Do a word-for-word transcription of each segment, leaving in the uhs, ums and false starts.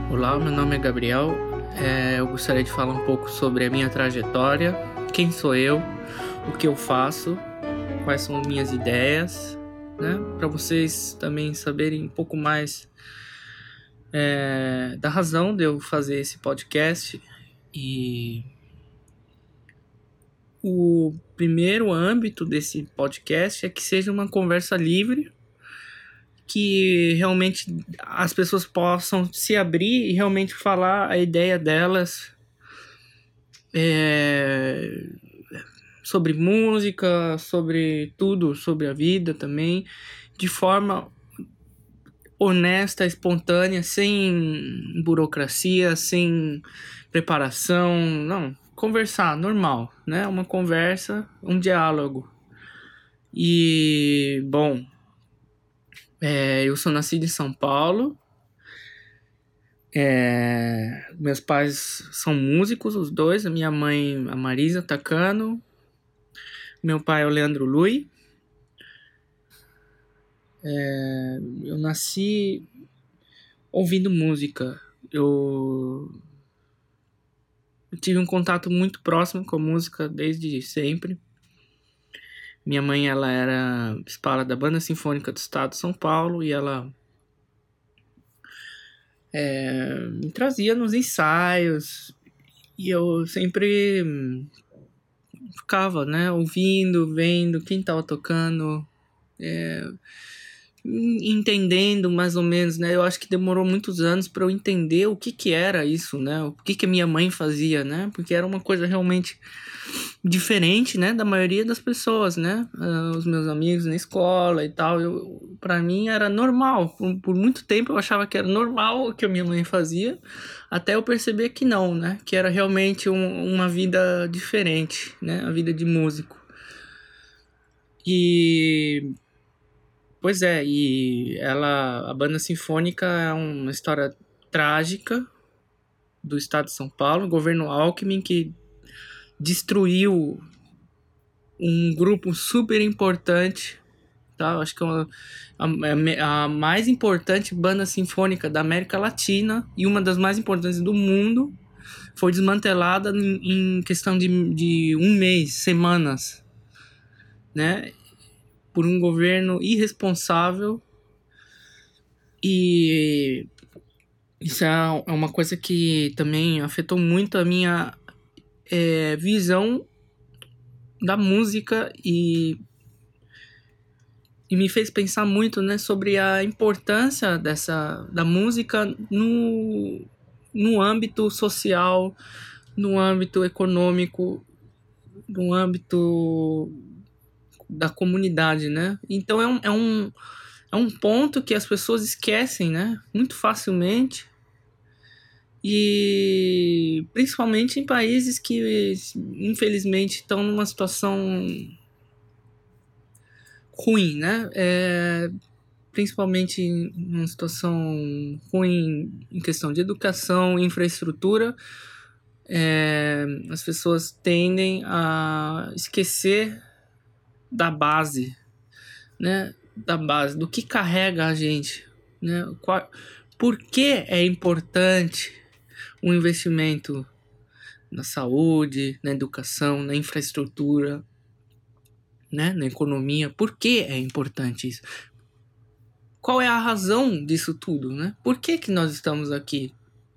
Olá, meu nome é Gabriel. É, eu gostaria de falar um pouco sobre a minha trajetória, quem sou eu, o que eu faço, quais são minhas ideias, né? Para vocês também saberem um pouco mais é, da razão de eu fazer esse podcast. E o primeiro âmbito desse podcast é que seja uma conversa livre, que realmente as pessoas possam se abrir e realmente falar a ideia delas é, sobre música, sobre tudo, sobre a vida também, de forma honesta, espontânea, sem burocracia, sem preparação, não, conversar, normal, né? Uma conversa, um diálogo. E, bom, é, eu sou nascido em São Paulo. É, meus pais são músicos, os dois. A minha mãe, a Marisa Tacano. Meu pai é o Leandro Lui. É, eu nasci ouvindo música. Eu, eu tive um contato muito próximo com a música desde sempre. Minha mãe, ela era espala da Banda Sinfônica do Estado de São Paulo e ela é, me trazia nos ensaios e eu sempre ficava, né, ouvindo, vendo quem estava tocando, é, entendendo mais ou menos, né? Eu acho que demorou muitos anos para eu entender o que que era isso, né? O que que a minha mãe fazia, né? Porque era uma coisa realmente diferente, né, da maioria das pessoas, né? Uh, os meus amigos na escola e tal, eu, para mim era normal. Por, por muito tempo eu achava que era normal o que a minha mãe fazia, até eu perceber que não, né? Que era realmente um, uma vida diferente, né? A vida de músico. E pois é, e ela, a Banda Sinfônica é uma história trágica do estado de São Paulo, o governo Alckmin, que destruiu um grupo super importante, tá? Acho que é uma, a, a mais importante banda sinfônica da América Latina e uma das mais importantes do mundo. Foi desmantelada em, em questão de, de um mês, semanas, né? Por um governo irresponsável. E isso é uma coisa que também afetou muito a minha é, visão da música e, e me fez pensar muito, né, sobre a importância dessa, da música no, no âmbito social, no âmbito econômico, no âmbito da comunidade, né? Então é um, é um, é um ponto que as pessoas esquecem, né, muito facilmente. E principalmente em países que infelizmente estão numa situação ruim, né? É, principalmente numa situação ruim em questão de educação, infraestrutura. É, as pessoas tendem a esquecer da base, né? Da base, do que carrega a gente, né? Qual, por que é importante um investimento na saúde, na educação, na infraestrutura, né, na economia? Por que é importante isso? Qual é a razão disso tudo, né? Por que que nós estamos aqui?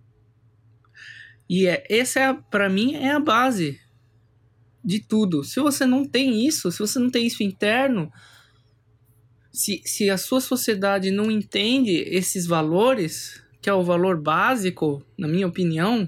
E é, essa é, para mim, é a base de tudo. Se você não tem isso, se você não tem isso interno, se, se a sua sociedade não entende esses valores, que é o valor básico, na minha opinião,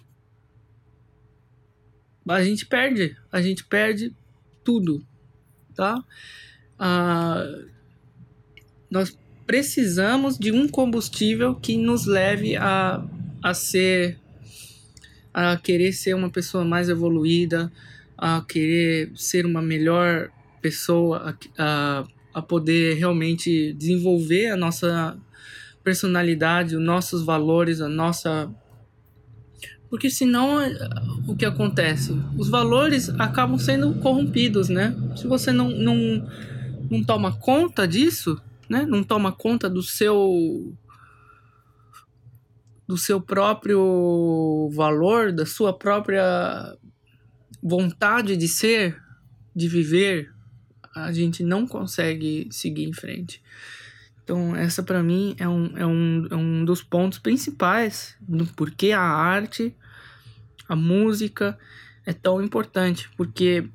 a gente perde, a gente perde tudo, tá? Ah, nós precisamos de um combustível que nos leve a, a ser, a querer ser uma pessoa mais evoluída, a querer ser uma melhor pessoa, a, a, a poder realmente desenvolver a nossa personalidade, os nossos valores, a nossa... Porque senão, o que acontece? Os valores acabam sendo corrompidos, né? Se você não, não, não toma conta disso, né? Não toma conta do seu... do seu próprio valor, da sua própria vontade de ser, de viver, a gente não consegue seguir em frente. Então, essa para mim é um, é, um, é um dos pontos principais do porquê a arte, a música é tão importante. Porque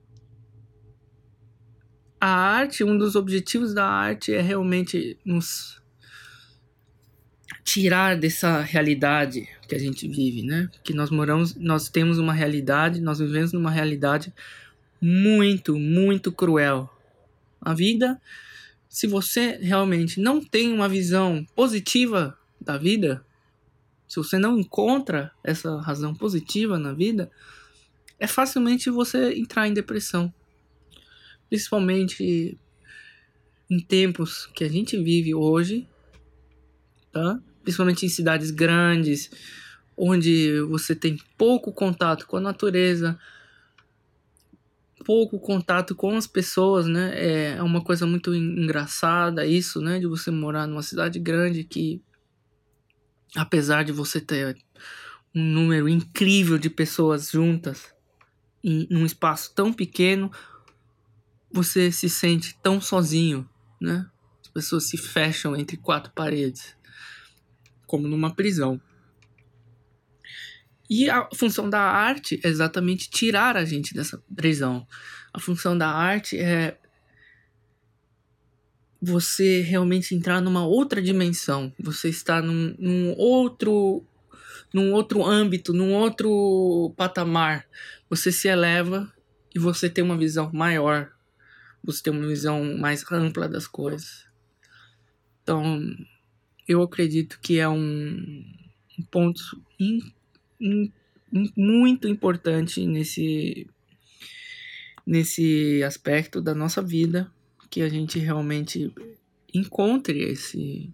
a arte, um dos objetivos da arte é realmente nos tirar dessa realidade que a gente vive, né? Que nós moramos, nós temos uma realidade, nós vivemos numa realidade muito, muito cruel. A vida, se você realmente não tem uma visão positiva da vida, se você não encontra essa razão positiva na vida, é facilmente você entrar em depressão. Principalmente em tempos que a gente vive hoje, tá? Principalmente em cidades grandes, onde você tem pouco contato com a natureza, pouco contato com as pessoas, né? É uma coisa muito engraçada isso, né? De você morar numa cidade grande que, apesar de você ter um número incrível de pessoas juntas em um espaço tão pequeno, você se sente tão sozinho, né? As pessoas se fecham entre quatro paredes, como numa prisão. E a função da arte é exatamente tirar a gente dessa prisão. A função da arte é você realmente entrar numa outra dimensão. Você está num, num outro num outro âmbito, num outro patamar. Você se eleva e você tem uma visão maior. Você tem uma visão mais ampla das coisas. Então, eu acredito que é um, um ponto in, in, in, muito importante nesse, nesse aspecto da nossa vida, que a gente realmente encontre esse,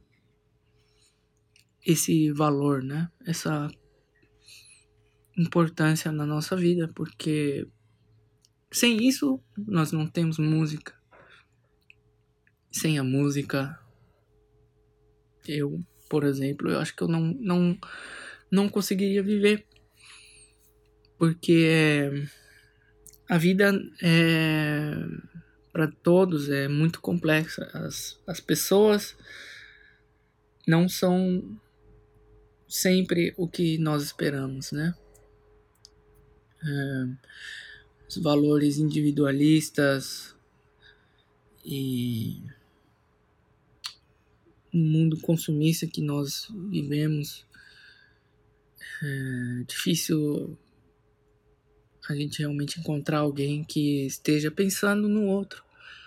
esse valor, né? Essa importância na nossa vida, porque sem isso nós não temos música. Sem a música, eu, por exemplo, eu acho que eu não, não, não conseguiria viver. Porque a vida é, para todos é muito complexa. As, as pessoas não são sempre o que nós esperamos, né? É, os valores individualistas e o mundo consumista que nós vivemos, é difícil a gente realmente encontrar alguém que esteja pensando no outro.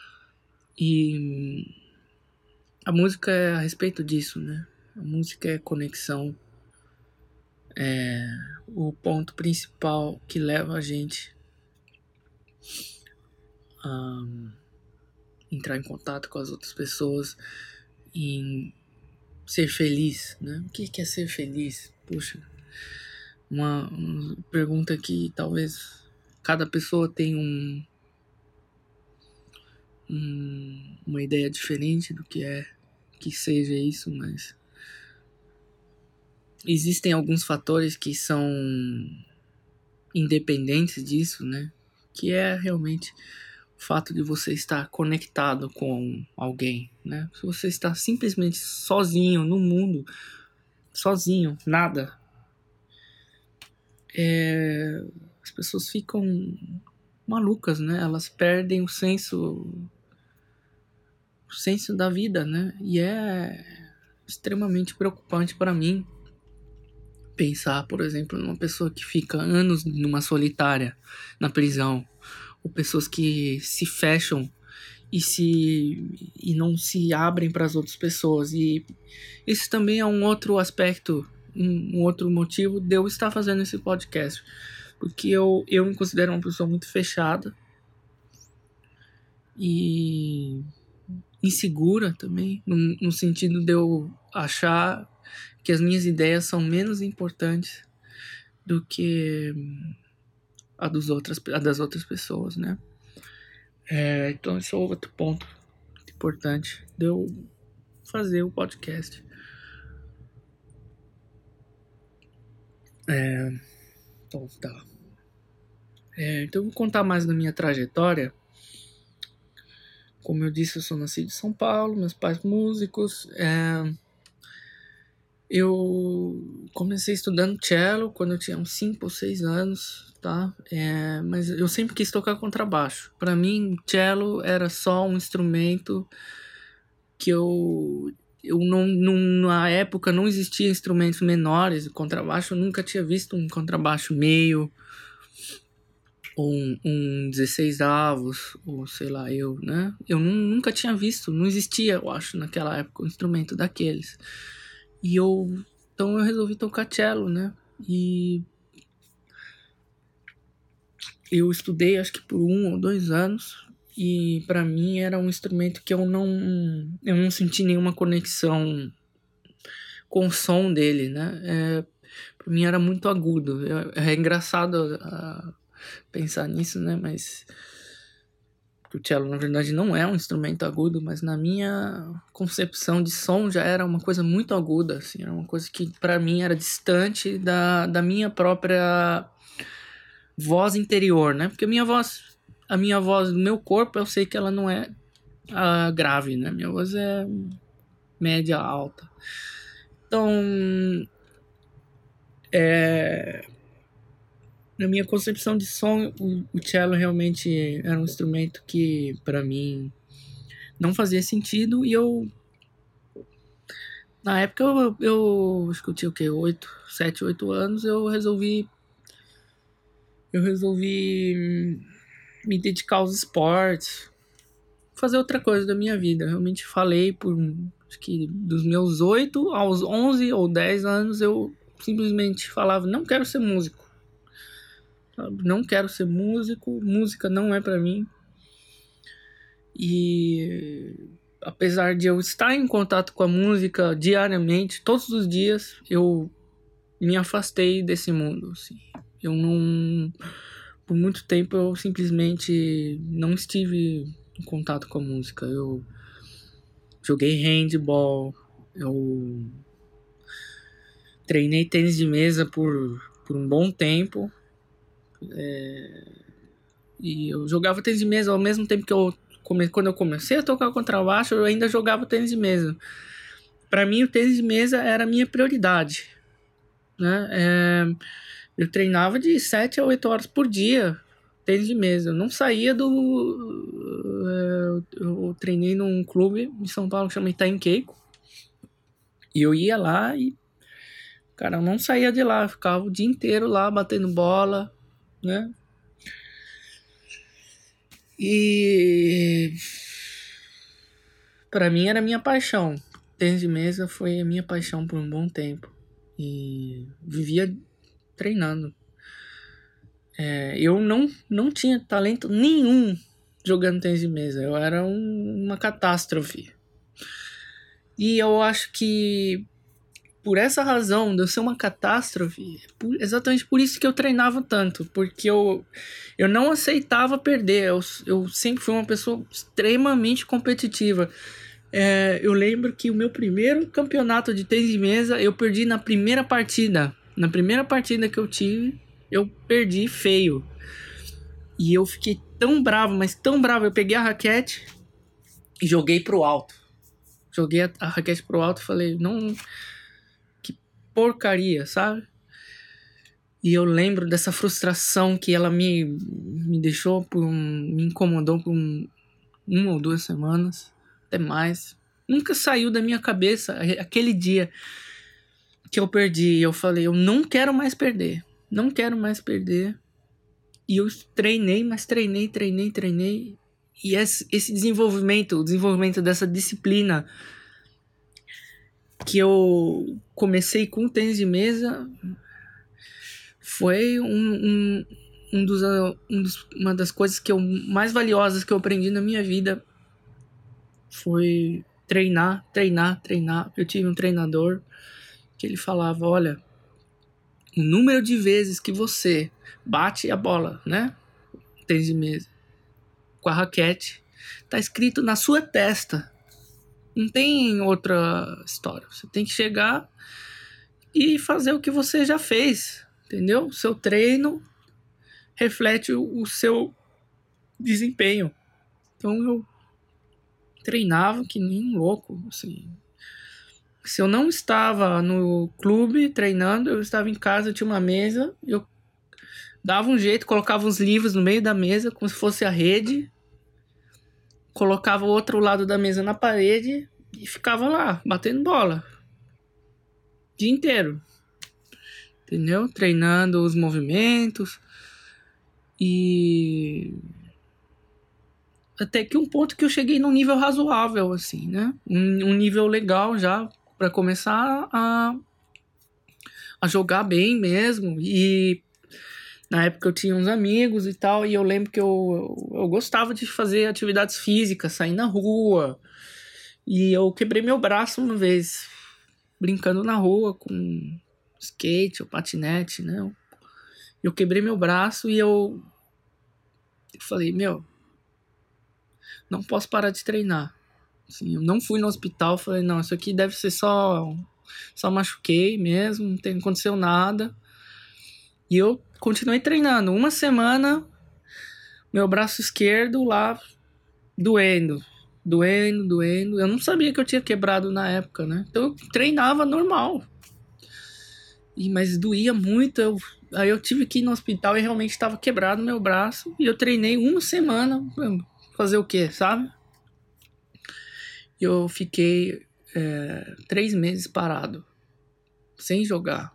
E a música é a respeito disso, né? A música é conexão, é o ponto principal que leva a gente a entrar em contato com as outras pessoas, em ser feliz, né? O que é ser feliz? Puxa, uma, uma pergunta que talvez cada pessoa tenha um, um, uma ideia diferente do que é que seja isso, mas existem alguns fatores que são independentes disso, né? Que é realmente o fato de você estar conectado com alguém, né? Se você está simplesmente sozinho no mundo, sozinho, nada, é... as pessoas ficam malucas, né? Elas perdem o senso, o senso da vida, né? E é extremamente preocupante para mim pensar, por exemplo, numa pessoa que fica anos numa solitária, na prisão, ou pessoas que se fecham e, se, e não se abrem para as outras pessoas. E isso também é um outro aspecto, um, um outro motivo de eu estar fazendo esse podcast, porque eu, eu me considero uma pessoa muito fechada e insegura também, no, no sentido de eu achar que as minhas ideias são menos importantes do que a, dos outras, a das outras pessoas, né? É, então esse é outro ponto importante de eu fazer o podcast. É, então, tá. É, então eu vou contar mais da minha trajetória. Como eu disse, eu sou nascido em São Paulo, meus pais músicos. É, eu comecei estudando cello quando eu tinha uns cinco ou seis anos, tá? É, mas eu sempre quis tocar contrabaixo. Para mim, cello era só um instrumento que eu... Eu não, não, na época não existia instrumentos menores. O contrabaixo, eu nunca tinha visto um contrabaixo meio, ou um, um dezesseis avos, ou sei lá, eu, né? Eu nunca tinha visto, não existia, eu acho, naquela época, um instrumento daqueles. E eu, então eu resolvi tocar cello, né? E eu estudei, acho que por um ou dois anos, e para mim era um instrumento que eu não, eu não senti nenhuma conexão com o som dele, né? É, para mim era muito agudo. É, é engraçado a, pensar nisso, né? Mas o cello, na verdade, não é um instrumento agudo, mas na minha concepção de som já era uma coisa muito aguda, assim, era uma coisa que para mim era distante da, da minha própria voz interior, né? Porque a minha voz, a minha voz do meu corpo, eu sei que ela não é a grave, né? Minha voz é média alta. Então, é, na minha concepção de som, o, o cello realmente era um instrumento que para mim não fazia sentido, e eu na época eu, eu acho que eu tinha o quê? oito, sete, oito anos, eu resolvi eu resolvi me dedicar aos esportes, fazer outra coisa da minha vida. Eu realmente falei por acho que dos meus oito aos onze ou dez anos eu simplesmente falava, não quero ser músico. Sabe? Não quero ser músico, música não é pra mim. E apesar de eu estar em contato com a música diariamente, todos os dias, eu me afastei desse mundo, assim. Eu não... Por muito tempo eu simplesmente não estive em contato com a música. Eu joguei handball, eu treinei tênis de mesa por, por um bom tempo. É... E eu jogava tênis de mesa ao mesmo tempo que eu... Quando eu comecei a tocar contrabaixo, eu ainda jogava tênis de mesa. Para mim, o tênis de mesa era a minha prioridade, né? É, eu treinava de sete a oito horas por dia, tênis de mesa. Eu não saía do... Eu treinei num clube em São Paulo que chama Itaim Keiko. E eu ia lá e... Cara, eu não saía de lá. Eu ficava o dia inteiro lá, batendo bola, né? E... Pra mim era a minha paixão. Tênis de mesa foi a minha paixão por um bom tempo. E vivia treinando. É, eu não, não tinha talento nenhum jogando tênis de mesa. Eu era um, uma catástrofe. E eu acho que por essa razão de eu ser uma catástrofe, por, exatamente por isso que eu treinava tanto. Porque eu, eu não aceitava perder. Eu, eu sempre fui uma pessoa extremamente competitiva. É, eu lembro que o meu primeiro campeonato de tênis de mesa eu perdi na primeira partida. Na primeira partida que eu tive, eu perdi feio. E eu fiquei tão bravo, mas tão bravo. Eu peguei a raquete e joguei pro alto. Joguei a, a raquete pro alto e falei, não... Que porcaria, sabe? E eu lembro dessa frustração que ela me, me deixou, por um, me incomodou por um, uma ou duas semanas. Até mais. Nunca saiu da minha cabeça aquele dia que eu perdi. Eu falei, eu não quero mais perder. Não quero mais perder. E eu treinei, mas treinei, treinei, treinei. E esse, esse desenvolvimento, o desenvolvimento dessa disciplina que eu comecei com o tênis de mesa foi um, um, um dos, um dos, uma das coisas que eu, mais valiosas que eu aprendi na minha vida. Foi treinar, treinar, treinar. Eu tive um treinador que ele falava, olha, o número de vezes que você bate a bola, né? Tênis de mesa, com a raquete, tá escrito na sua testa. Não tem outra história. Você tem que chegar e fazer o que você já fez. entendeu? O seu treino reflete o, o seu desempenho. Então eu treinava que nem um louco, assim. Se eu não estava no clube treinando, eu estava em casa, eu tinha uma mesa, eu dava um jeito, colocava os livros no meio da mesa, como se fosse a rede, colocava o outro lado da mesa na parede e ficava lá, batendo bola. O dia inteiro. Entendeu? Treinando os movimentos. E até que um ponto que eu cheguei num nível razoável, assim, né? Um, um nível legal já para começar a, a jogar bem mesmo. E na época eu tinha uns amigos e tal, e eu lembro que eu, eu, eu gostava de fazer atividades físicas, sair na rua. E eu quebrei meu braço uma vez, brincando na rua com skate ou patinete, né? Eu quebrei meu braço e eu, eu falei, meu, não posso parar de treinar. Assim, eu não fui no hospital, falei, não, isso aqui deve ser só, só machuquei mesmo, não tem, não aconteceu nada. E eu continuei treinando. Uma semana, meu braço esquerdo lá doendo, doendo, doendo. Eu não sabia que eu tinha quebrado na época, né? Então eu treinava normal. E, mas doía muito, eu, aí eu tive que ir no hospital e realmente estava quebrado meu braço. E eu treinei uma semana, fazer o quê, sabe? Eu fiquei é, três meses parado, sem jogar.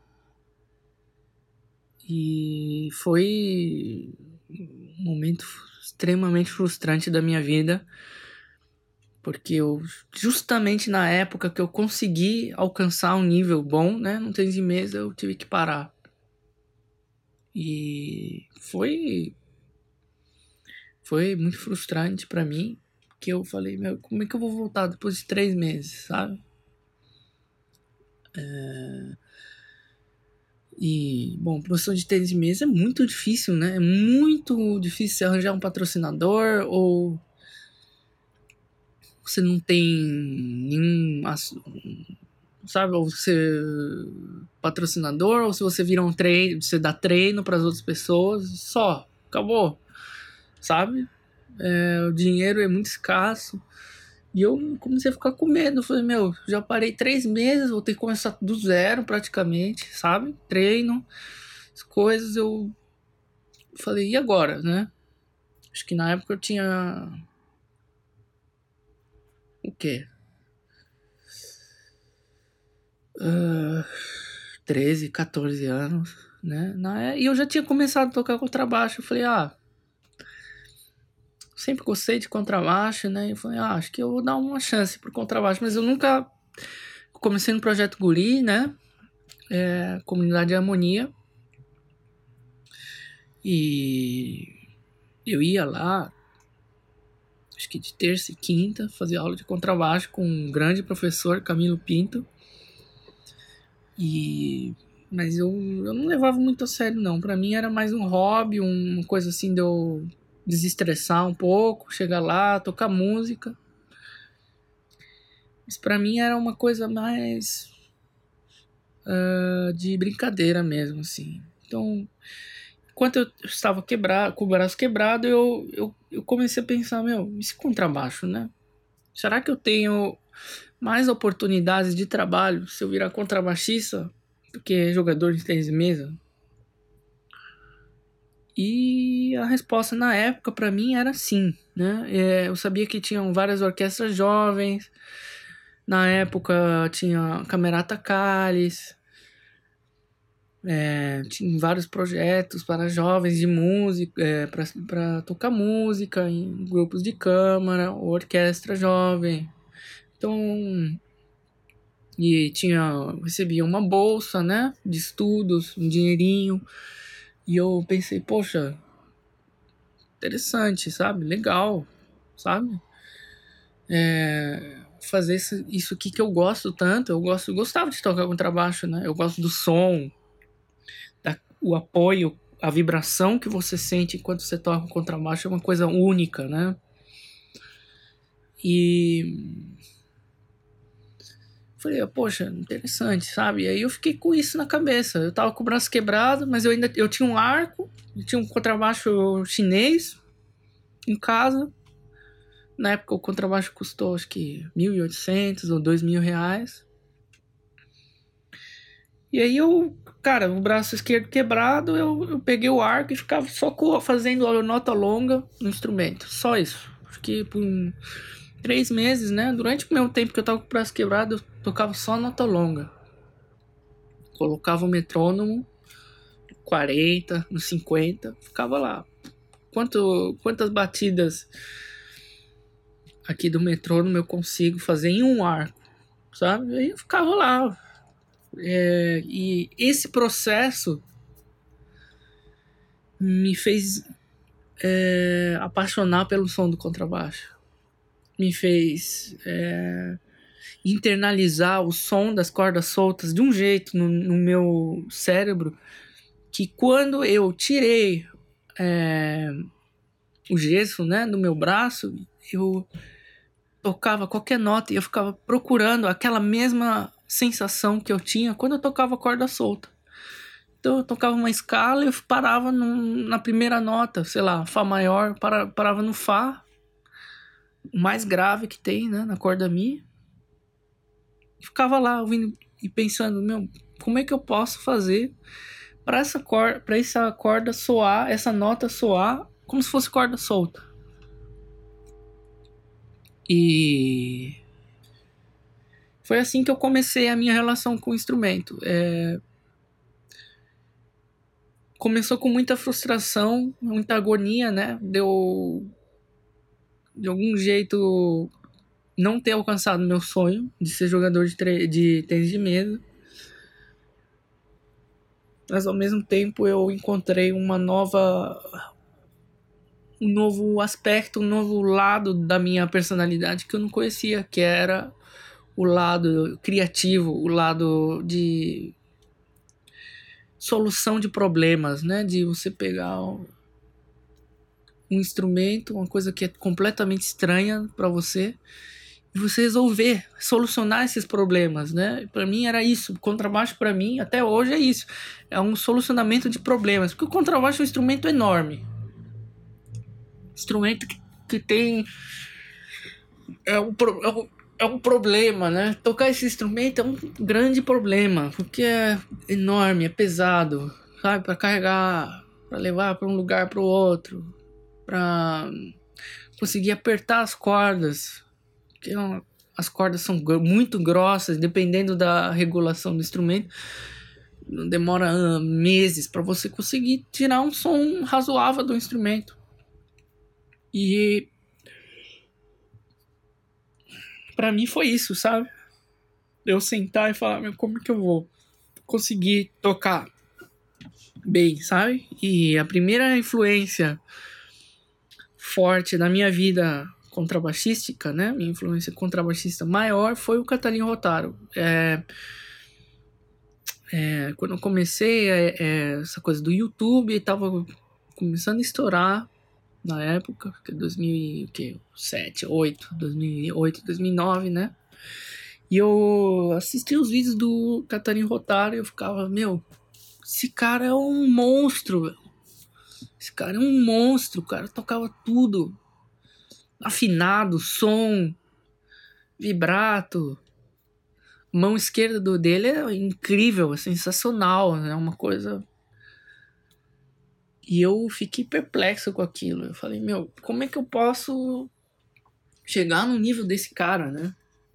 E foi um momento extremamente frustrante da minha vida, porque eu, justamente na época que eu consegui alcançar um nível bom, né, no tênis de mesa, eu tive que parar. E foi, foi muito frustrante pra mim, que eu falei, meu, como é que eu vou voltar depois de três meses, sabe? É... E, bom, profissão de tênis de mesa é muito difícil, né? É muito difícil você arranjar um patrocinador, ou você não tem nenhum, sabe, ou você patrocinador, ou se você vira um treino, você dá treino para as outras pessoas, só, acabou, sabe? É, o dinheiro é muito escasso. E eu comecei a ficar com medo. Eu falei, meu, já parei três meses, vou ter que começar do zero praticamente, sabe? Treino, as coisas. Eu falei, e agora, né? Acho que na época eu tinha... O quê? Uh, treze, catorze anos, né? Na... E eu já tinha começado a tocar contrabaixo. Eu falei, ah... Sempre gostei de contrabaixo, né? E eu falei, ah, acho que eu vou dar uma chance pro contrabaixo. Mas eu nunca... Comecei no Projeto Guri, né? É, Comunidade de Harmonia. E eu ia lá, acho que de terça e quinta, fazer aula de contrabaixo com um grande professor, Camilo Pinto. E... Mas eu, eu não levava muito a sério, não. Pra mim era mais um hobby, uma coisa assim de eu desestressar um pouco, chegar lá, tocar música. Mas pra mim era uma coisa mais uh, de brincadeira mesmo, assim. Então, enquanto eu estava quebrado, com o braço quebrado, eu, eu, eu comecei a pensar, meu, esse contrabaixo, né? Será que eu tenho mais oportunidades de trabalho se eu virar contrabaixista do que jogador de tênis de mesa? E a resposta na época para mim era sim, né? É, eu sabia que tinham várias orquestras jovens. Na época tinha Camerata Cáliz, é, tinha vários projetos para jovens de música, é, para tocar música em grupos de câmara, orquestra jovem. Então, e tinha, recebia uma bolsa, né, de estudos, um dinheirinho. E eu pensei, poxa, interessante, sabe? Legal, sabe? É, fazer isso, isso aqui que eu gosto tanto. Eu gosto, eu gostava de tocar contrabaixo, né? Eu gosto do som, da, o apoio, a vibração que você sente enquanto você toca o contrabaixo é uma coisa única, né? E Falei, poxa, interessante, sabe? E aí eu fiquei com isso na cabeça. Eu tava com o braço quebrado, mas eu ainda eu tinha um arco, eu tinha um contrabaixo chinês em casa. Na época o contrabaixo custou acho que mil e oitocentos ou dois mil reais. E aí eu, cara, o braço esquerdo quebrado, eu, eu peguei o arco e ficava só fazendo a nota longa no instrumento. Só isso. Fiquei por um, três meses, né? Durante o meu tempo que eu tava com o braço quebrado, eu tocava só nota longa. Colocava o metrônomo, quarenta, no cinquenta, ficava lá. Quanto, quantas batidas aqui do metrônomo eu consigo fazer em um arco, sabe? Aí eu ficava lá. É, e esse processo me fez é, apaixonar pelo som do contrabaixo. Me fez é, internalizar o som das cordas soltas de um jeito no, no meu cérebro que quando eu tirei é, o gesso, né, do meu braço, eu tocava qualquer nota e eu ficava procurando aquela mesma sensação que eu tinha quando eu tocava corda solta. Então eu tocava uma escala e eu parava num, na primeira nota, sei lá, Fá maior, para, parava no Fá, mais grave que tem, né, na corda Mi. E ficava lá ouvindo e pensando, meu, como é que eu posso fazer para essa corda, para essa corda soar, essa nota soar como se fosse corda solta. E foi assim que eu comecei a minha relação com o instrumento. É... Começou com muita frustração, muita agonia, né? Deu de algum jeito não ter alcançado meu sonho de ser jogador de, tre- de tênis de mesa. Mas ao mesmo tempo eu encontrei uma nova um novo aspecto, um novo lado da minha personalidade que eu não conhecia, que era o lado criativo, o lado de solução de problemas, né? De você pegar um instrumento, uma coisa que é completamente estranha para você, e você resolver, solucionar esses problemas, né? Para mim era isso. O contrabaixo para mim até hoje é isso. É um solucionamento de problemas, porque o contrabaixo é um instrumento enorme. Instrumento que, que tem é um, é, um, é um problema, né? Tocar esse instrumento é um grande problema, porque é enorme, é pesado, sabe? Para carregar, para levar para um lugar para o outro, para conseguir apertar as cordas, porque as cordas são muito grossas, dependendo da regulação do instrumento. Demora meses para você conseguir tirar um som razoável do instrumento. E pra mim foi isso, sabe? Eu sentar e falar, meu, como que eu vou conseguir tocar bem, sabe? E a primeira influência forte na minha vida contrabaixística, né? Minha influência contrabaixista maior foi o Catarina Rotaro. É, é, quando eu comecei é, é, essa coisa do YouTube, tava começando a estourar na época, que é dois mil e sete, oito, dois mil e oito, dois mil e nove, né? E eu assisti os vídeos do Catarina Rotaro e eu ficava, meu, esse cara é um monstro, velho. Esse cara é um monstro, o cara tocava tudo. Afinado, som, vibrato. Mão esquerda do dele é incrível, é sensacional, é né? Uma coisa... E eu fiquei perplexo com aquilo. Eu falei, meu, como é que eu posso chegar no nível desse cara, né?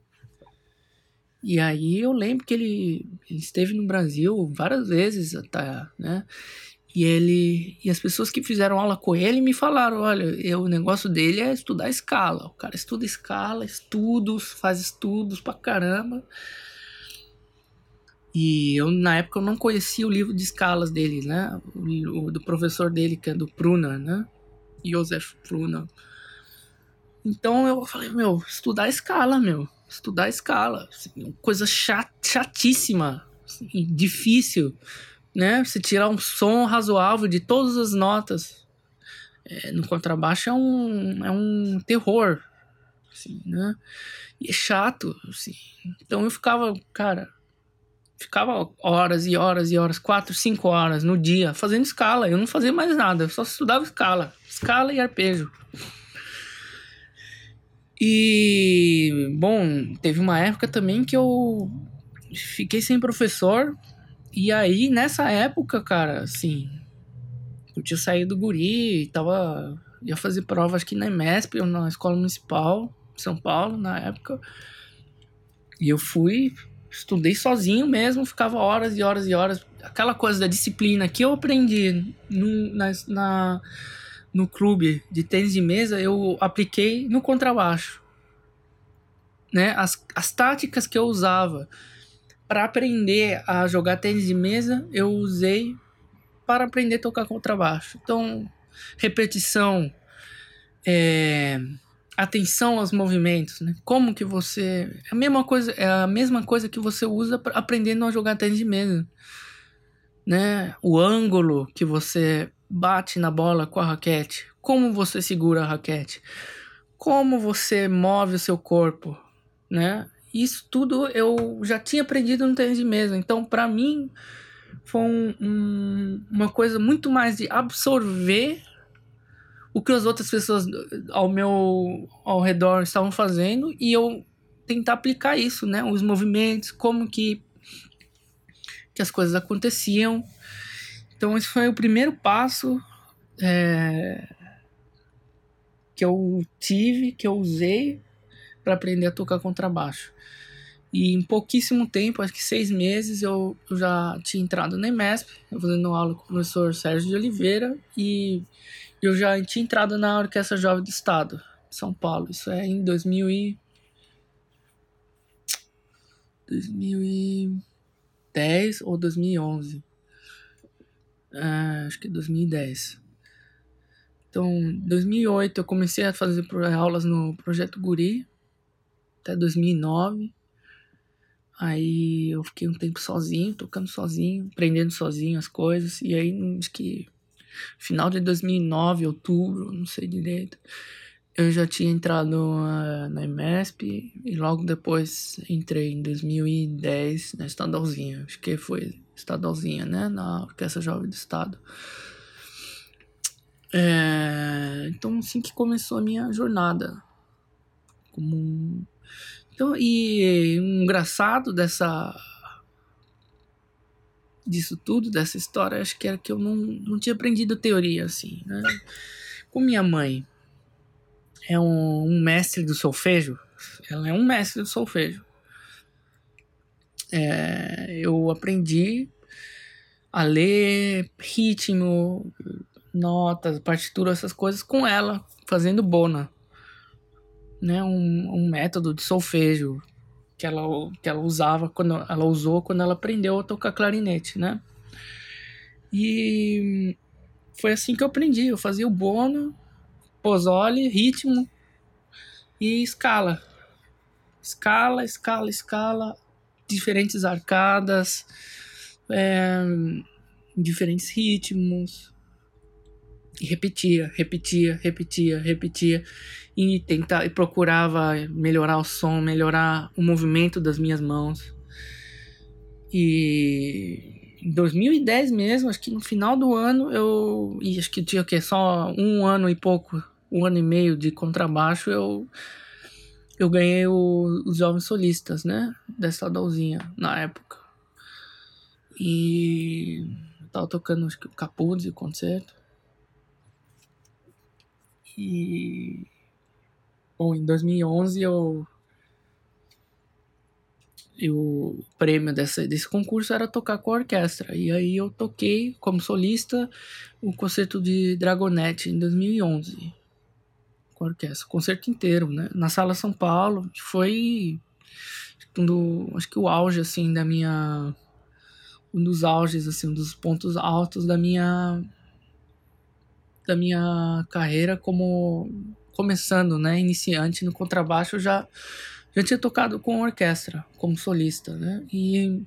E aí eu lembro que ele, ele esteve no Brasil várias vezes até, né? E ele e as pessoas que fizeram aula com ele me falaram, olha, eu, o negócio dele é estudar escala. O cara estuda escala, estudos, faz estudos pra caramba. E eu, na época, eu não conhecia o livro de escalas dele, né? O, o do professor dele, que é do Pruner, né? Joseph Pruner. Então eu falei, meu, estudar escala, meu. Estudar escala. Assim, coisa chat, chatíssima. Assim, difícil, né? Você tirar um som razoável de todas as notas. É, no contrabaixo é um, é um terror. assim, né? E é chato, assim. Então eu ficava, cara, ficava horas e horas e horas, quatro, cinco horas no dia, fazendo escala. Eu não fazia mais nada, eu só estudava escala. Escala e arpejo. E, bom, teve uma época também que eu fiquei sem professor. E aí, nessa época, cara, assim, eu tinha saído do guri, tava, ia fazer prova, acho que na EMESP, ou na Escola Municipal de São Paulo, na época. E eu fui, estudei sozinho mesmo, ficava horas e horas e horas. Aquela coisa da disciplina que eu aprendi no, na, na, no clube de tênis de mesa, eu apliquei no contrabaixo. Né? As, as táticas que eu usava para aprender a jogar tênis de mesa, eu usei para aprender a tocar contrabaixo. Então, repetição, é, atenção aos movimentos, né? Como que você... É a mesma coisa, é a mesma coisa que você usa pra, aprendendo a jogar tênis de mesa. Né? O ângulo que você bate na bola com a raquete. Como você segura a raquete. Como você move o seu corpo. Né? Isso tudo eu já tinha aprendido no tênis de mesa. Então, para mim, foi um, um, uma coisa muito mais de absorver o que as outras pessoas ao meu ao redor estavam fazendo e eu tentar aplicar isso, né? Os movimentos, como que, que as coisas aconteciam. Então, esse foi o primeiro passo é, que eu tive, que eu usei para aprender a tocar contrabaixo. E em pouquíssimo tempo, acho que seis meses, eu, eu já tinha entrado na EMESP, eu fazendo aula com o professor Sérgio de Oliveira, e eu já tinha entrado na Orquestra Jovem do Estado de São Paulo. Isso é em dois mil e... dois mil e dez ou dois mil e onze. É, acho que dois mil e dez. Então, em dois mil e oito eu comecei a fazer aulas no Projeto Guri, até dois mil e nove. Aí eu fiquei um tempo sozinho, tocando sozinho, aprendendo sozinho as coisas. E aí, acho que final de dois mil e nove, outubro, não sei direito, eu já tinha entrado uh, na EMESP e logo depois entrei em dois mil e dez na Estadualzinha. Acho que foi Estadualzinha, né? Na Orquestra Jovem do Estado. É, então, assim que começou a minha jornada. Como um... Então, e um engraçado dessa... disso tudo, dessa história, acho que era que eu não, não tinha aprendido teoria, assim, né? Com minha mãe é um, um mestre do solfejo, ela é um mestre do solfejo. É, eu aprendi a ler ritmo, notas, partitura, essas coisas com ela, fazendo bona, né? Um, um método de solfejo que ela, que ela usava quando ela usou quando ela aprendeu a tocar clarinete, né? E foi assim que eu aprendi. Eu fazia o bono, pozzoli, ritmo e escala. Escala, escala, escala, diferentes arcadas, é, diferentes ritmos. E repetia, repetia, repetia, repetia. E tentar, e procurava melhorar o som, melhorar o movimento das minhas mãos. E em dois mil e dez mesmo, acho que no final do ano, eu... E acho que tinha o quê? Só um ano e pouco, um ano e meio de contrabaixo, eu... Eu ganhei o, os Jovens Solistas, né? Da Estadualzinha, na época. E... Eu tava tocando, acho que o Capuzzi, o concerto. E... Bom, em dois mil e onze eu... eu o prêmio dessa, desse concurso era tocar com a orquestra. E aí eu toquei como solista o concerto de Dragonette em dois mil e onze. Com a orquestra, o concerto inteiro, né? Na Sala São Paulo. Foi... Um do, acho que o auge, assim, da minha... Um dos auges, assim, um dos pontos altos da minha... Da minha carreira como... Começando, né? Iniciante no contrabaixo, eu já... Já tinha tocado com orquestra, como solista, né? E...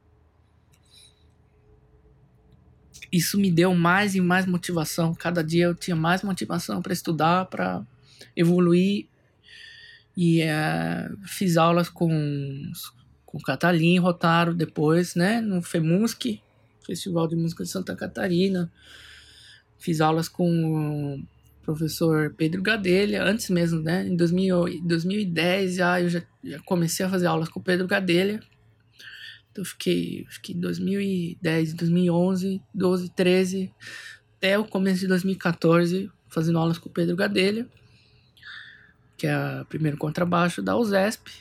Isso me deu mais e mais motivação. Cada dia eu tinha mais motivação para estudar, para evoluir. E é, fiz aulas com, com Catalin Rotaro depois, né? No FEMUSC, Festival de Música de Santa Catarina. Fiz aulas com o professor Pedro Gadelha, antes mesmo, né? Em dois mil, dois mil e dez já, eu já, já comecei a fazer aulas com o Pedro Gadelha. Então eu fiquei, acho que em dois mil e dez, dois mil e onze, doze, treze, até o começo de dois mil e quatorze, fazendo aulas com o Pedro Gadelha, que é o primeiro contrabaixo da U S E S P.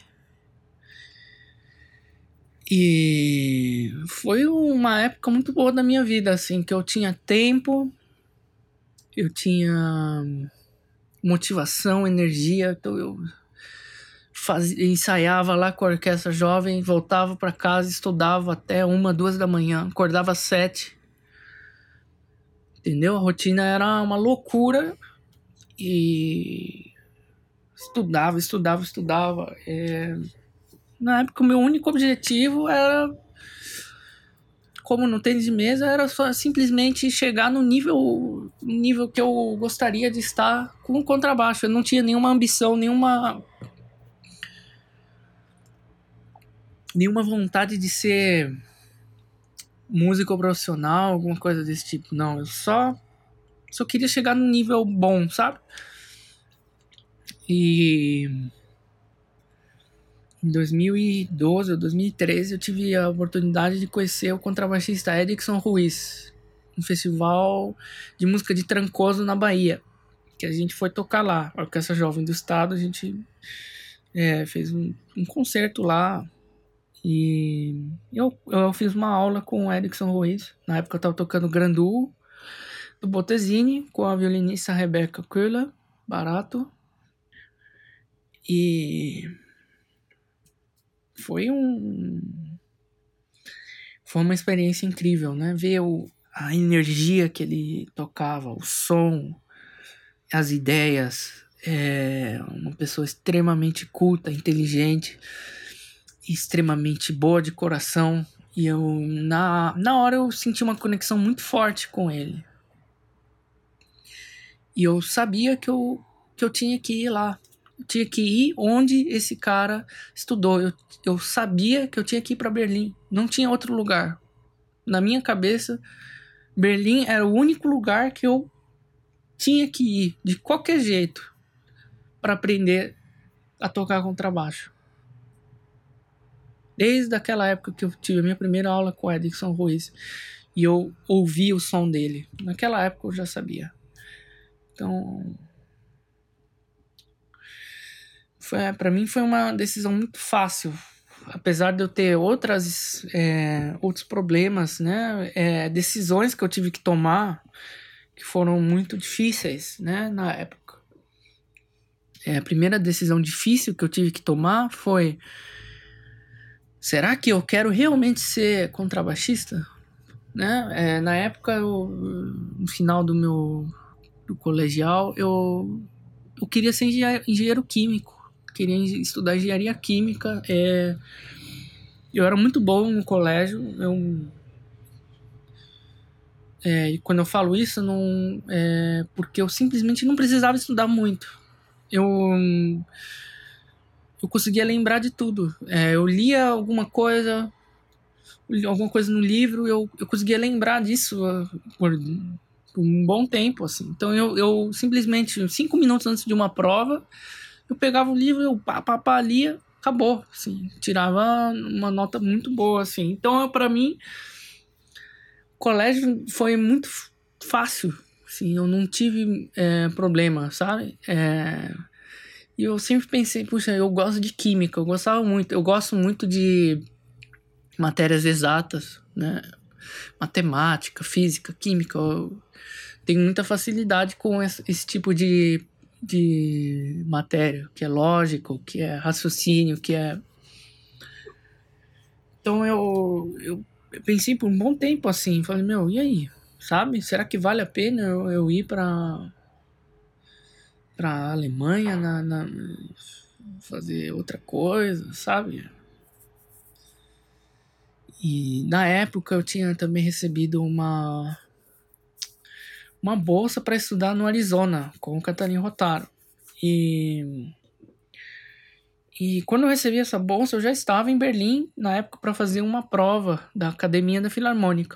E foi uma época muito boa da minha vida, assim, que eu tinha tempo, eu tinha motivação, energia, então eu fazia, ensaiava lá com a orquestra jovem, voltava para casa, estudava até uma, duas da manhã, acordava às sete, entendeu? A rotina era uma loucura e estudava, estudava, estudava. É... Na época o meu único objetivo era, como no tênis de mesa, era só simplesmente chegar no nível, nível que eu gostaria de estar com o contrabaixo. Eu não tinha nenhuma ambição, nenhuma nenhuma vontade de ser músico profissional, alguma coisa desse tipo. Não, eu só só queria chegar num nível bom, sabe? E em dois mil e doze ou dois mil e treze eu tive a oportunidade de conhecer o contrabaixista Edson Ruiz, um festival de música de Trancoso na Bahia, que a gente foi tocar lá, a Orquestra Jovem do Estado. A gente é, fez um, um concerto lá e eu, eu fiz uma aula com o Edson Ruiz. Na época eu estava tocando Grandu do Bottesini com a violinista Rebeca Köhler Barato, e foi um foi uma experiência incrível, né? Ver o, a energia que ele tocava, o som, as ideias. É uma pessoa extremamente culta, inteligente, extremamente boa de coração. E eu, na, na hora, eu senti uma conexão muito forte com ele. E eu sabia que eu, que eu tinha que ir lá. Eu tinha que ir onde esse cara estudou. Eu, eu sabia que eu tinha que ir para Berlim. Não tinha outro lugar. Na minha cabeça, Berlim era o único lugar que eu tinha que ir, de qualquer jeito, para aprender a tocar contrabaixo. Desde aquela época que eu tive a minha primeira aula com o Edson Ruiz e eu ouvi o som dele, naquela época eu já sabia. Então, foi, para mim foi uma decisão muito fácil, apesar de eu ter outras, é, outros problemas, né, é, decisões que eu tive que tomar que foram muito difíceis, né, na época. É, a primeira decisão difícil que eu tive que tomar foi: será que eu quero realmente ser contrabaixista? Né? É, na época, eu, no final do meu do colegial, eu, eu queria ser engenheiro, engenheiro químico. Queria estudar engenharia química. É, eu era muito bom no colégio. Eu, é, e quando eu falo isso, não, é porque eu simplesmente não precisava estudar muito. Eu, eu conseguia lembrar de tudo. É, eu lia alguma coisa, alguma coisa no livro, eu, eu conseguia lembrar disso uh, por, por um bom tempo, assim. Então eu, eu simplesmente, cinco minutos antes de uma prova, eu pegava o livro, eu pá, pá, pá, lia, acabou, assim. Tirava uma nota muito boa, assim. Então, para mim, o colégio foi muito fácil, assim. Eu não tive é, problema, sabe? É... E eu sempre pensei, puxa, eu gosto de química, eu gostava muito, eu gosto muito de matérias exatas, né? Matemática, física, química. Eu tenho muita facilidade com esse, esse tipo de, de matéria, que é lógico, que é raciocínio, que é... Então eu, eu, eu pensei por um bom tempo assim, falei, meu, e aí? Sabe? Será que vale a pena eu, eu ir para para Alemanha na, na, fazer outra coisa, sabe? E na época eu tinha também recebido uma uma bolsa para estudar no Arizona com o Catalin Rotaro. E E quando eu recebi essa bolsa, eu já estava em Berlim, na época, para fazer uma prova da Academia da Filarmônica.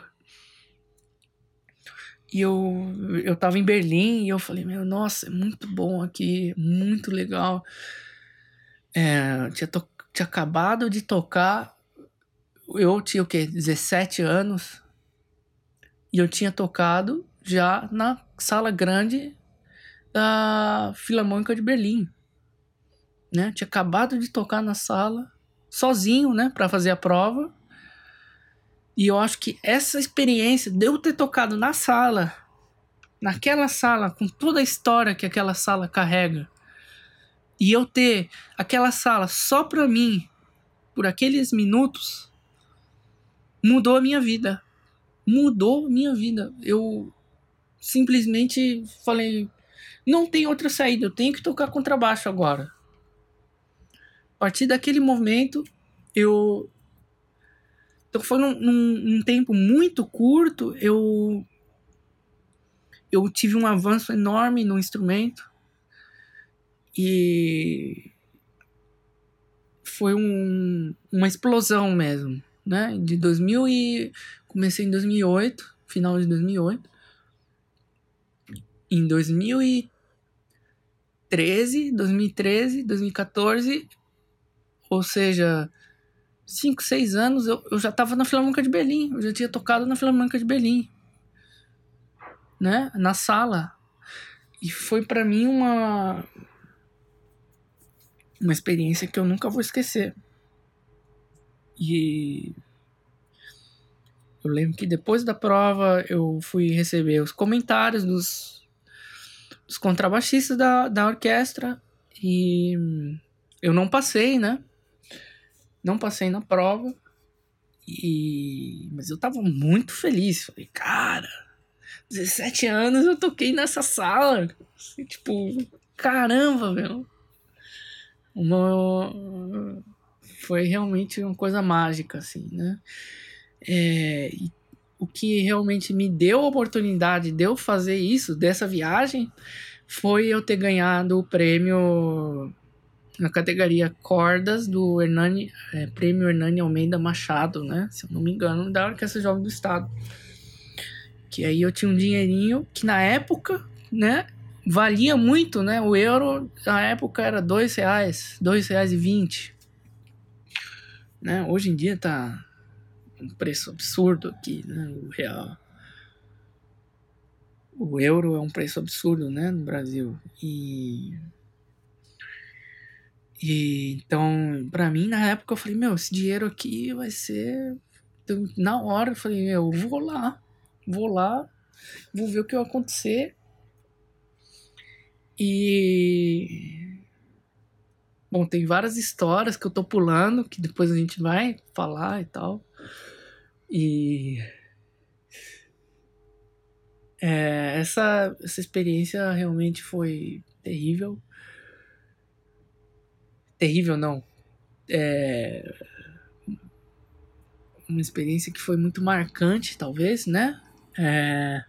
E eu, eu tava em Berlim e eu falei, meu, nossa, é muito bom aqui, muito legal. É, tinha, to- tinha acabado de tocar, eu tinha o quê? dezessete anos. E eu tinha tocado já na sala grande da Filarmônica de Berlim, né? Tinha acabado de tocar na sala, sozinho, né, para fazer a prova. E eu acho que essa experiência de eu ter tocado na sala, naquela sala, com toda a história que aquela sala carrega, e eu ter aquela sala só pra mim, por aqueles minutos, mudou a minha vida. Mudou a minha vida. Eu simplesmente falei, não tem outra saída, eu tenho que tocar contrabaixo agora. A partir daquele momento, eu... Então foi num, num, num tempo muito curto, eu... Eu tive um avanço enorme no instrumento. E... Foi um, uma explosão mesmo, né? De dois mil e... Comecei em dois mil e oito, final de dois mil e oito. Em dois mil e treze, dois mil e treze, dois mil e quatorze, ou seja, cinco, seis anos, eu, eu já estava na Filarmônica de Berlim. Eu já tinha tocado na Filarmônica de Berlim, né? Na sala. E foi para mim uma uma experiência que eu nunca vou esquecer. E eu lembro que depois da prova eu fui receber os comentários dos, dos contrabaixistas da, da orquestra e eu não passei, né? Não passei na prova, e... mas eu tava muito feliz. Falei, cara, dezessete anos eu toquei nessa sala. Assim, tipo, caramba, meu. Uma... Foi realmente uma coisa mágica, assim, né? É... E o que realmente me deu a oportunidade de eu fazer isso, dessa viagem, foi eu ter ganhado o prêmio na categoria cordas do Hernani, é, prêmio Hernani Almeida Machado, né? Se eu não me engano, da Orquestra Jovem do Estado. Que aí eu tinha um dinheirinho que na época, né, valia muito, né? O euro na época era dois reais, dois reais e vinte, né? Hoje em dia tá um preço absurdo aqui, né? O real, o euro é um preço absurdo, né, no Brasil. E E então, pra mim, na época, eu falei, meu, esse dinheiro aqui vai ser... Então, na hora, eu falei, meu, eu vou lá. Vou lá, vou ver o que vai acontecer. E... Bom, tem várias histórias que eu tô pulando, que depois a gente vai falar e tal. E... É, essa, essa experiência realmente foi terrível. Terrível, não. É... Uma experiência que foi muito marcante, talvez, né? É...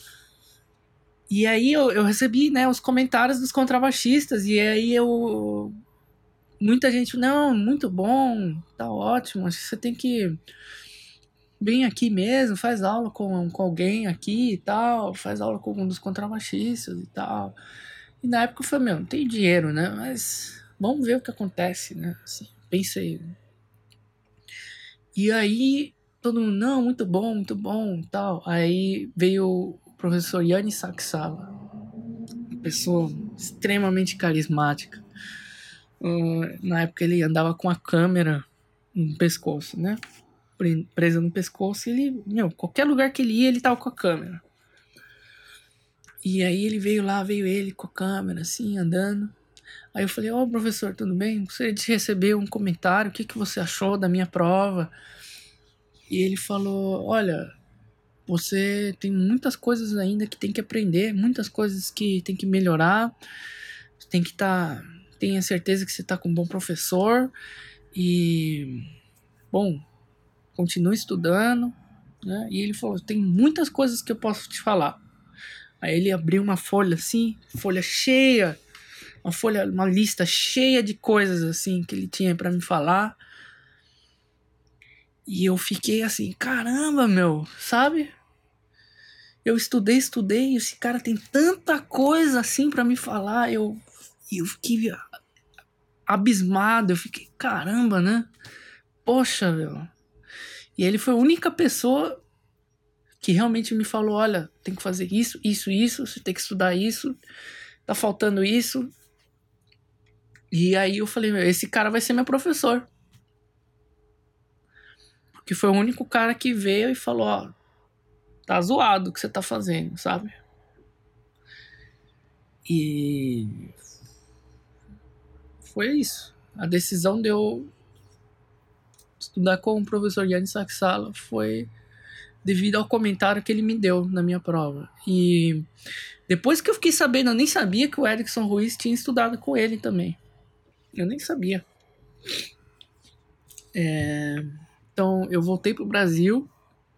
E aí eu, eu recebi, né, os comentários dos contrabaixistas, e aí eu... Muita gente, não, muito bom, tá ótimo, acho que você tem que vir aqui mesmo, faz aula com, com alguém aqui e tal, faz aula com um dos contrabaixistas e tal. E na época eu falei, meu, não tem dinheiro, né, mas vamos ver o que acontece, né, assim, pensei. E aí todo mundo, não, muito bom, muito bom e tal. Aí veio o professor Yanni Saksala, pessoa extremamente carismática. Uh, na época ele andava com a câmera no pescoço, né? Presa no pescoço, e ele, meu, qualquer lugar que ele ia, ele tava com a câmera. E aí ele veio lá, veio ele com a câmera, assim, andando. Aí eu falei, ó, oh, professor, tudo bem? Gostaria de receber um comentário, o que, que você achou da minha prova? E ele falou, olha, você tem muitas coisas ainda que tem que aprender, muitas coisas que tem que melhorar, tem que estar... Tá, tenha certeza que você está com um bom professor e, bom, continue estudando, né? E ele falou, tem muitas coisas que eu posso te falar. Aí ele abriu uma folha assim, folha cheia, uma folha, uma lista cheia de coisas assim que ele tinha pra me falar. E eu fiquei assim, caramba, meu, sabe? Eu estudei, estudei, e esse cara tem tanta coisa assim pra me falar. Eu, eu fiquei abismado, eu fiquei, caramba, né? Poxa, meu. E ele foi a única pessoa que realmente me falou, olha, tem que fazer isso, isso, isso, você tem que estudar isso, tá faltando isso. E aí eu falei, esse cara vai ser meu professor. Porque foi o único cara que veio e falou, ó, tá zoado o que você tá fazendo, sabe? E foi isso. A decisão de eu estudar com o professor Yannis Saksala foi devido ao comentário que ele me deu na minha prova. E depois que eu fiquei sabendo, eu nem sabia que o Erickson Ruiz tinha estudado com ele também. Eu nem sabia. É... Então eu voltei pro Brasil.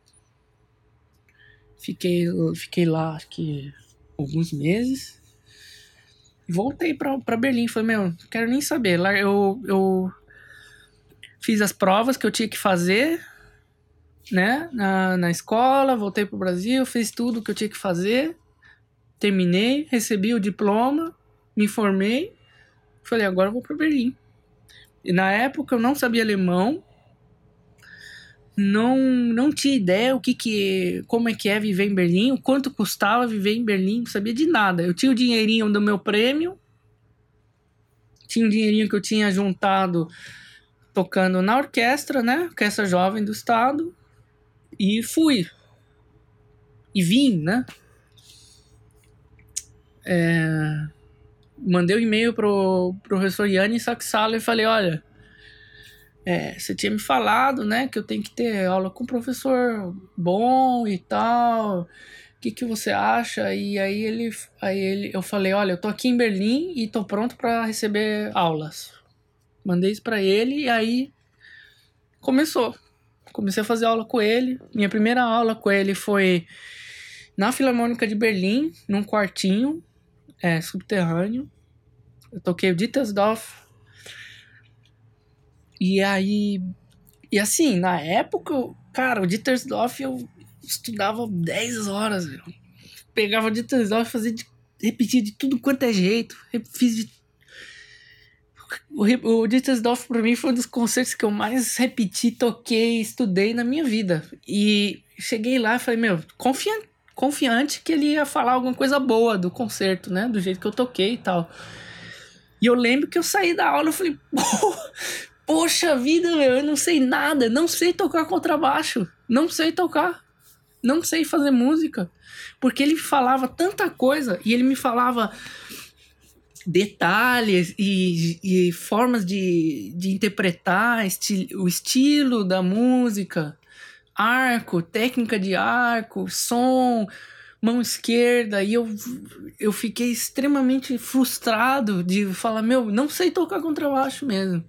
Fiquei, fiquei lá acho que alguns meses. E voltei pra, pra Berlim. Falei, meu, não quero nem saber. Lá eu, eu fiz as provas que eu tinha que fazer, né? Na, na escola, voltei pro Brasil, fiz tudo que eu tinha que fazer. Terminei, recebi o diploma, me formei. Falei, agora eu vou pra Berlim. E na época eu não sabia alemão. Não, não tinha ideia o que que, como é que é viver em Berlim, o quanto custava viver em Berlim, não sabia de nada. Eu tinha o dinheirinho do meu prêmio, tinha um dinheirinho que eu tinha juntado tocando na orquestra, né? Orquestra Jovem do Estado, e fui. E vim, né? É, mandei um e-mail pro professor Yannis Saksala e falei, olha, É, você tinha me falado, né, que eu tenho que ter aula com um professor bom e tal. O que que você acha? E aí ele, aí ele, eu falei, olha, eu tô aqui em Berlim e tô pronto para receber aulas. Mandei isso para ele e aí começou. Comecei a fazer aula com ele. Minha primeira aula com ele foi na Filarmônica de Berlim, num quartinho, é, subterrâneo. Eu toquei o Dittersdorf. E aí, e assim, na época, cara, o Dittersdorf eu estudava dez horas, eu pegava o Dittersdorf e fazia de, repetia de tudo quanto é jeito, fiz de... O, o Dittersdorf pra mim foi um dos concertos que eu mais repeti, toquei, estudei na minha vida. E cheguei lá e falei, meu, confia, confiante que ele ia falar alguma coisa boa do concerto, né, do jeito que eu toquei e tal. E eu lembro que eu saí da aula e falei, pô, poxa vida, meu, eu não sei nada, não sei tocar contrabaixo, não sei tocar, não sei fazer música. Porque ele falava tanta coisa e ele me falava detalhes e, e formas de, de interpretar esti- o estilo da música, arco, técnica de arco, som, mão esquerda, e eu, eu fiquei extremamente frustrado de falar, meu, não sei tocar contrabaixo mesmo.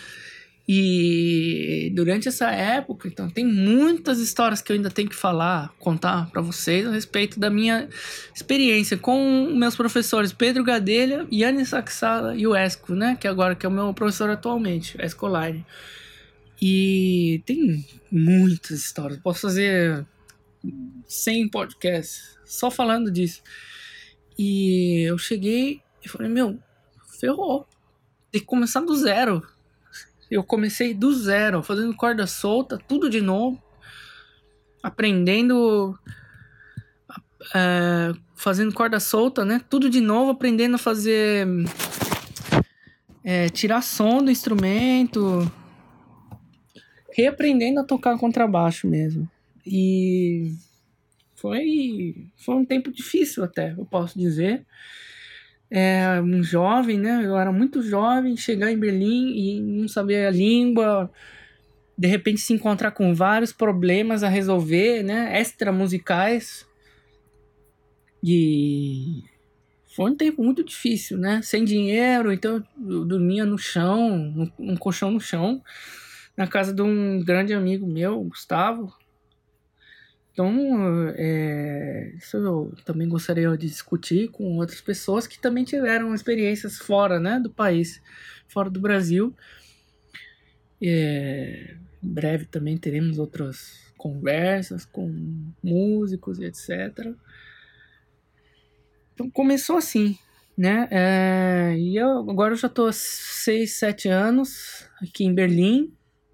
E durante essa época, então, tem muitas histórias que eu ainda tenho que falar, contar para vocês a respeito da minha experiência com meus professores Pedro Gadelha, Yannis Saksala e o Esco, né, que agora que é o meu professor atualmente, Esco Line. E tem muitas histórias, posso fazer cem podcasts só falando disso. E eu cheguei e falei, meu, ferrou, tem que começar do zero. Eu comecei do zero, fazendo corda solta, tudo de novo, aprendendo, é, fazendo corda solta, né? Tudo de novo, aprendendo a fazer, é, tirar som do instrumento, reaprendendo a tocar contrabaixo mesmo. E foi, foi um tempo difícil até, eu posso dizer. É, um jovem, né? Eu era muito jovem, chegar em Berlim e não saber a língua, de repente se encontrar com vários problemas a resolver, né? Extramusicais. E foi um tempo muito difícil, né? Sem dinheiro, então eu dormia no chão, num colchão no chão, na casa de um grande amigo meu, Gustavo. Então, é, isso eu também gostaria de discutir com outras pessoas que também tiveram experiências fora, né, do país, fora do Brasil. É, em breve também teremos outras conversas com músicos e etcétera. Então começou assim, né? É, e eu agora eu já estou há seis, sete anos aqui em Berlim.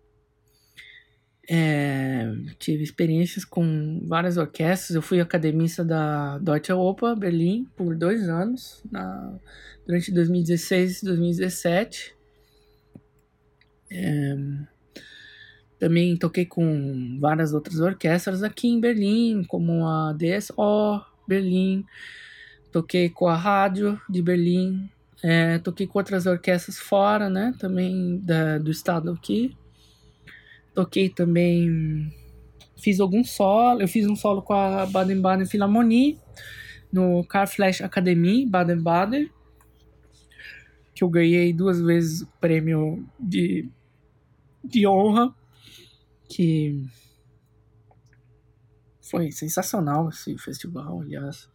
É, tive experiências com várias orquestras. Eu fui academista da Deutsche Oper Berlim por dois anos, na, durante dois mil e dezesseis e dois mil e dezessete. É, também toquei com várias outras orquestras aqui em Berlim, como a D S O Berlim. Toquei com a Rádio de Berlim. É, toquei com outras orquestras fora, né? Também da, do estado aqui. Toquei também, fiz algum solo, eu fiz um solo com a Baden-Baden Philharmonie, no Carl Flesch Academy, Baden-Baden, que eu ganhei duas vezes o prêmio de, de honra, que foi sensacional esse festival, aliás.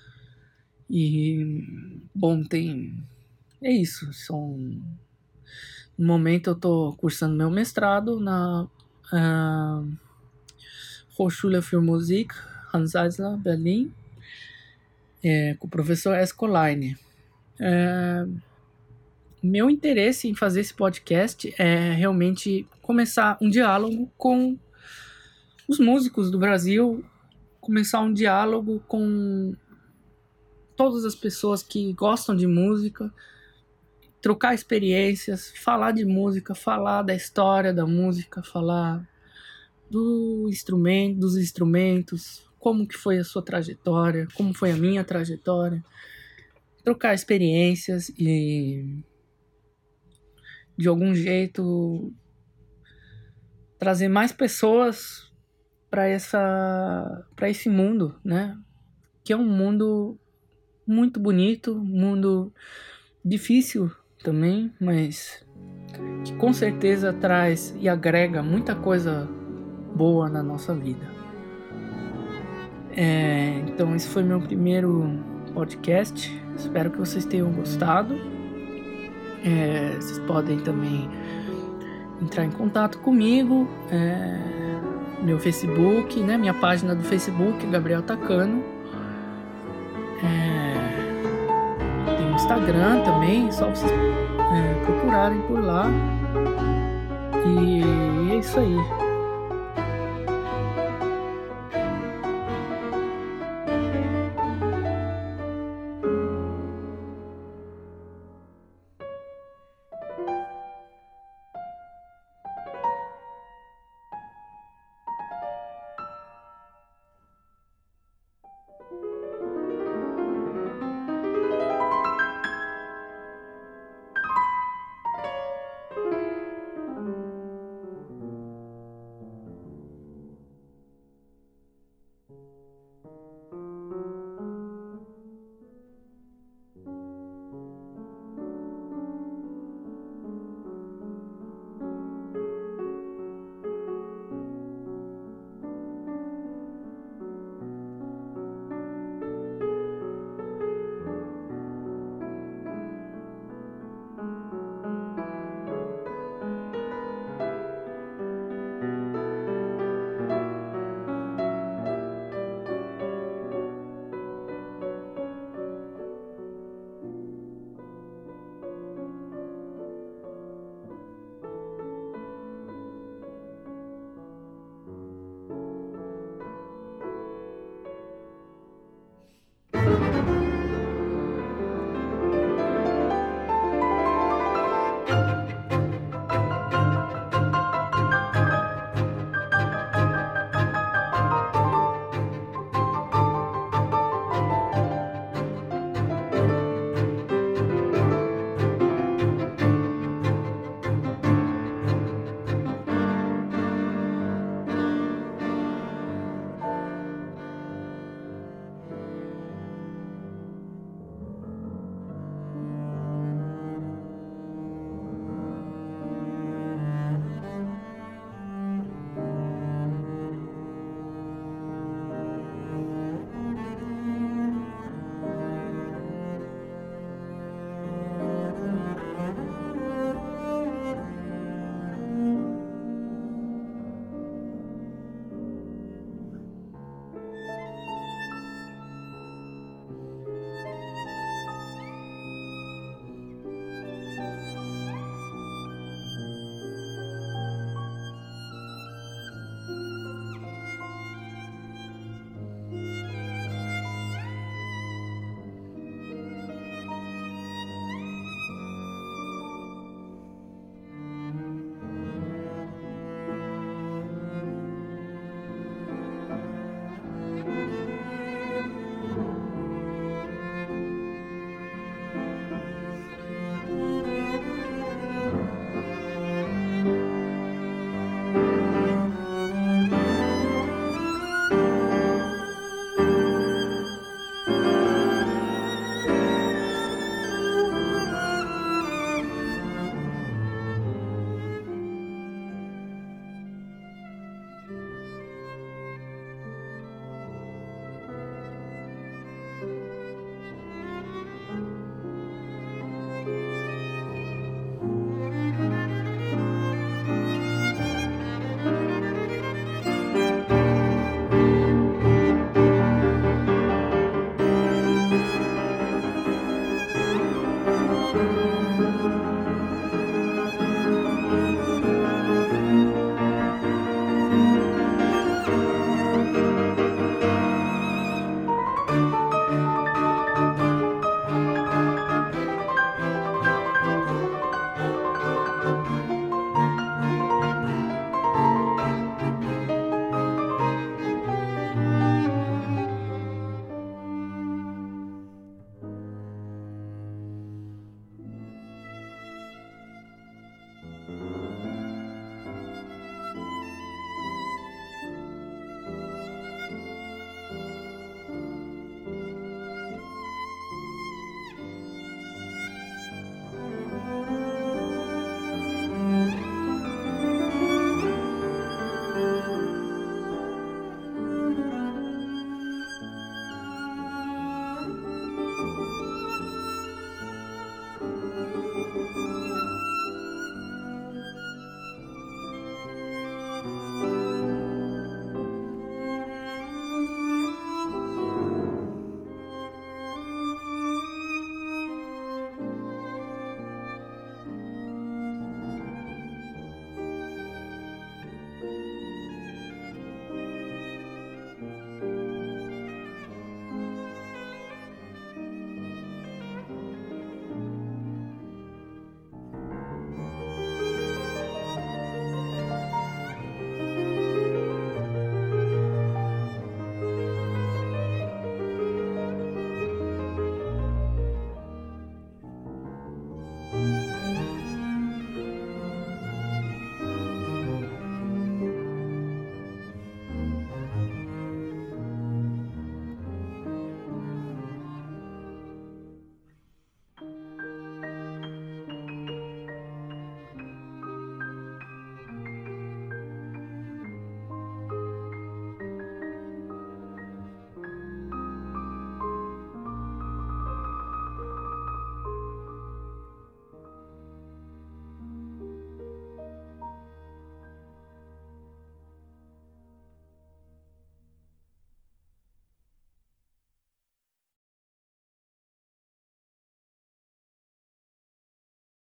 E, bom, tem... É isso, são... No momento eu tô cursando meu mestrado na... Uh, Hochschule für Musik, Hanns Eisler, Berlim, é, com o professor Escoline. É, meu interesse em fazer esse podcast é realmente começar um diálogo com os músicos do Brasil, começar um diálogo com todas as pessoas que gostam de música, trocar experiências, falar de música, falar da história da música, falar do instrumento, dos instrumentos, como que foi a sua trajetória, como foi a minha trajetória, trocar experiências e de algum jeito trazer mais pessoas para essa para esse mundo, né? Que é um mundo muito bonito, um mundo difícil também, mas que com certeza traz e agrega muita coisa boa na nossa vida. É, então esse foi meu primeiro podcast. Espero que vocês tenham gostado. É, vocês podem também entrar em contato comigo, é, meu Facebook, né, minha página do Facebook, Gabriel Takano. É, tem o Instagram também, só vocês é, procurarem por lá. E é isso aí.